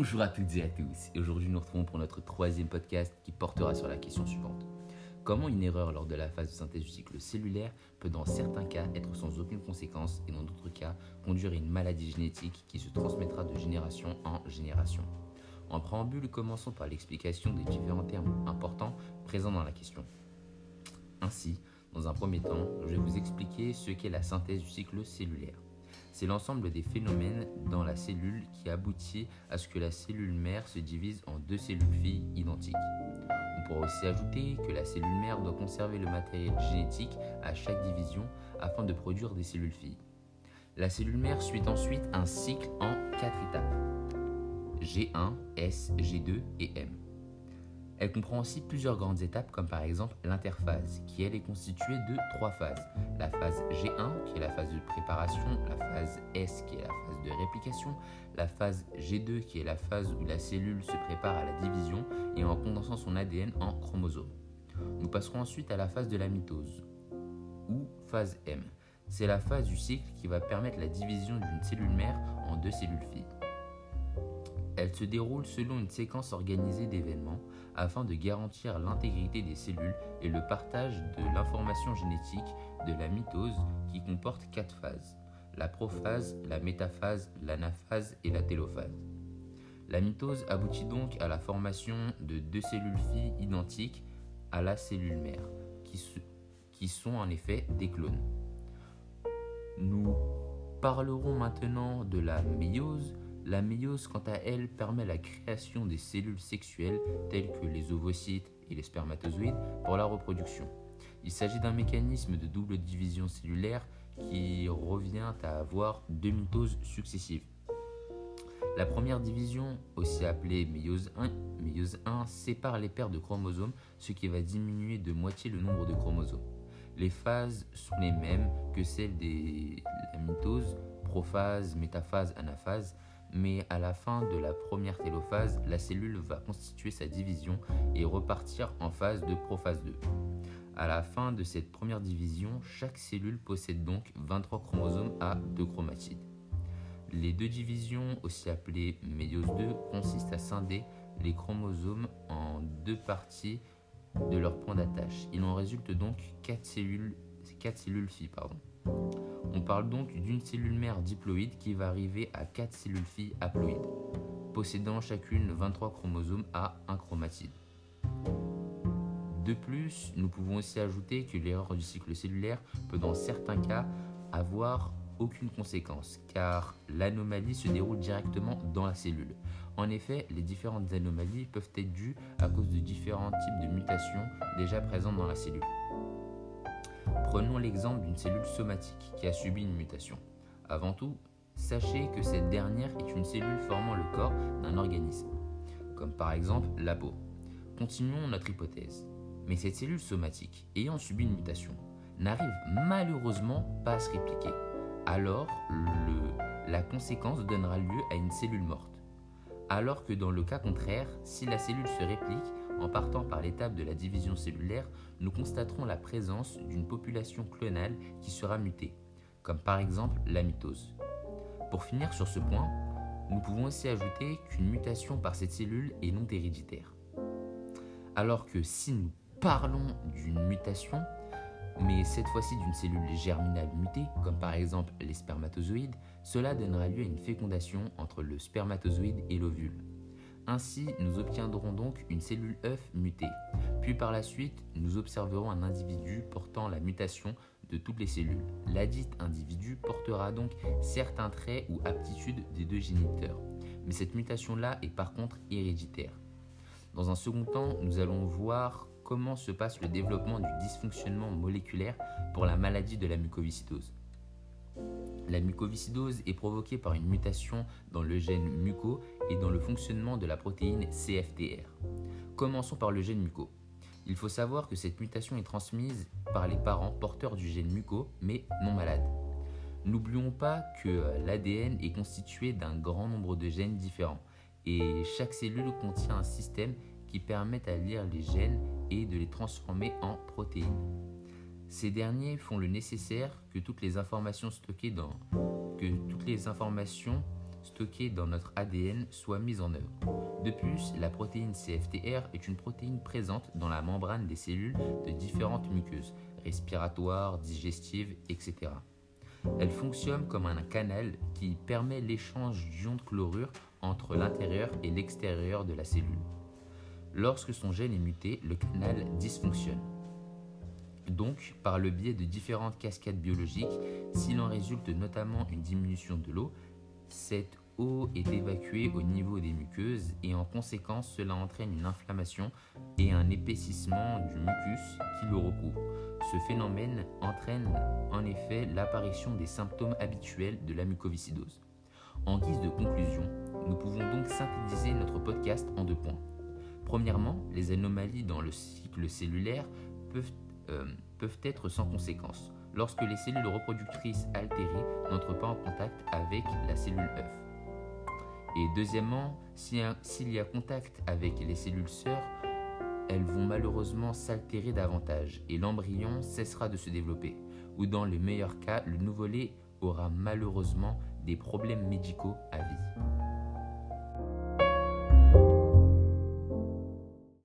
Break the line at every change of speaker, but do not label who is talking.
Bonjour à toutes et à tous, et aujourd'hui nous nous retrouvons pour notre troisième podcast qui portera sur la question suivante. Comment une erreur lors de la phase de synthèse du cycle cellulaire peut dans certains cas être sans aucune conséquence et dans d'autres cas conduire à une maladie génétique qui se transmettra de génération en génération. En préambule, commençons par l'explication des différents termes importants présents dans la question. Ainsi, dans un premier temps, je vais vous expliquer ce qu'est la synthèse du cycle cellulaire. C'est l'ensemble des phénomènes dans la cellule qui aboutit à ce que la cellule mère se divise en deux cellules filles identiques. On pourra aussi ajouter que la cellule mère doit conserver le matériel génétique à chaque division afin de produire des cellules filles. La cellule mère suit ensuite un cycle en 4 étapes: G1, S, G2 et M. Elle comprend aussi plusieurs grandes étapes comme par exemple l'interphase qui elle est constituée de 3 phases. La phase G1 qui est la phase de préparation, la phase S qui est la phase de réplication, la phase G2 qui est la phase où la cellule se prépare à la division et en condensant son ADN en chromosomes. Nous passerons ensuite à la phase de la mitose ou phase M. C'est la phase du cycle qui va permettre la division d'une cellule mère en deux cellules filles. Elle se déroule selon une séquence organisée d'événements afin de garantir l'intégrité des cellules et le partage de l'information génétique de la mitose qui comporte 4 phases: la prophase, la métaphase, l'anaphase et la télophase. La mitose aboutit donc à la formation de deux cellules filles identiques à la cellule mère, qui sont en effet des clones. Nous parlerons maintenant de la méiose. La méiose, quant à elle, permet la création des cellules sexuelles telles que les ovocytes et les spermatozoïdes pour la reproduction. Il s'agit d'un mécanisme de double division cellulaire qui revient à avoir deux mitoses successives. La première division, aussi appelée méiose 1, sépare les paires de chromosomes, ce qui va diminuer de moitié le nombre de chromosomes. Les phases sont les mêmes que celles de la mitose, prophase, métaphase, anaphase, mais à la fin de la première télophase, la cellule va constituer sa division et repartir en phase de prophase 2. À la fin de cette première division, chaque cellule possède donc 23 chromosomes à 2 chromatides. Les deux divisions, aussi appelées méiose 2, consistent à scinder les chromosomes en deux parties de leur point d'attache. Il en résulte donc 4 cellules filles. On parle donc d'une cellule mère diploïde qui va arriver à 4 cellules filles haploïdes, possédant chacune 23 chromosomes à 1 chromatide. De plus, nous pouvons aussi ajouter que l'erreur du cycle cellulaire peut dans certains cas avoir aucune conséquence, car l'anomalie se déroule directement dans la cellule. En effet, les différentes anomalies peuvent être dues à cause de différents types de mutations déjà présentes dans la cellule. Prenons l'exemple d'une cellule somatique qui a subi une mutation. Avant tout, sachez que cette dernière est une cellule formant le corps d'un organisme, comme par exemple la peau. Continuons notre hypothèse. Mais cette cellule somatique, ayant subi une mutation, n'arrive malheureusement pas à se répliquer. Alors, la conséquence donnera lieu à une cellule morte. Alors que dans le cas contraire, si la cellule se réplique, en partant par l'étape de la division cellulaire, nous constaterons la présence d'une population clonale qui sera mutée, comme par exemple la mitose. Pour finir sur ce point, nous pouvons aussi ajouter qu'une mutation par cette cellule est non héréditaire. Alors que si nous parlons d'une mutation, mais cette fois-ci d'une cellule germinale mutée, comme par exemple les spermatozoïdes, cela donnera lieu à une fécondation entre le spermatozoïde et l'ovule. Ainsi, nous obtiendrons donc une cellule œuf mutée. Puis par la suite, nous observerons un individu portant la mutation de toutes les cellules. Ladite individu portera donc certains traits ou aptitudes des deux géniteurs. Mais cette mutation-là est par contre héréditaire. Dans un second temps, nous allons voir comment se passe le développement du dysfonctionnement moléculaire pour la maladie de la mucoviscidose. La mucoviscidose est provoquée par une mutation dans le gène muco et dans le fonctionnement de la protéine CFTR. Commençons par le gène muco. Il faut savoir que cette mutation est transmise par les parents porteurs du gène muco mais non malades. N'oublions pas que l'ADN est constitué d'un grand nombre de gènes différents et chaque cellule contient un système qui permet à lire les gènes et de les transformer en protéines. Ces derniers font le nécessaire que toutes les informations stockées dans notre ADN soient mises en œuvre. De plus, la protéine CFTR est une protéine présente dans la membrane des cellules de différentes muqueuses, respiratoires, digestives, etc. Elle fonctionne comme un canal qui permet l'échange d'ions de chlorure entre l'intérieur et l'extérieur de la cellule. Lorsque son gène est muté, le canal dysfonctionne. Donc, par le biais de différentes cascades biologiques, s'il en résulte notamment une diminution de l'eau, cette eau est évacuée au niveau des muqueuses et en conséquence, cela entraîne une inflammation et un épaississement du mucus qui le recouvre. Ce phénomène entraîne en effet l'apparition des symptômes habituels de la mucoviscidose. En guise de conclusion, nous pouvons donc synthétiser notre podcast en 2 points. Premièrement, les anomalies dans le cycle cellulaire peuvent être sans conséquence lorsque les cellules reproductrices altérées n'entrent pas en contact avec la cellule œuf. Et deuxièmement, s'il y a contact avec les cellules sœurs, elles vont malheureusement s'altérer davantage et l'embryon cessera de se développer, ou dans les meilleurs cas, le nouveau-né aura malheureusement des problèmes médicaux à vie.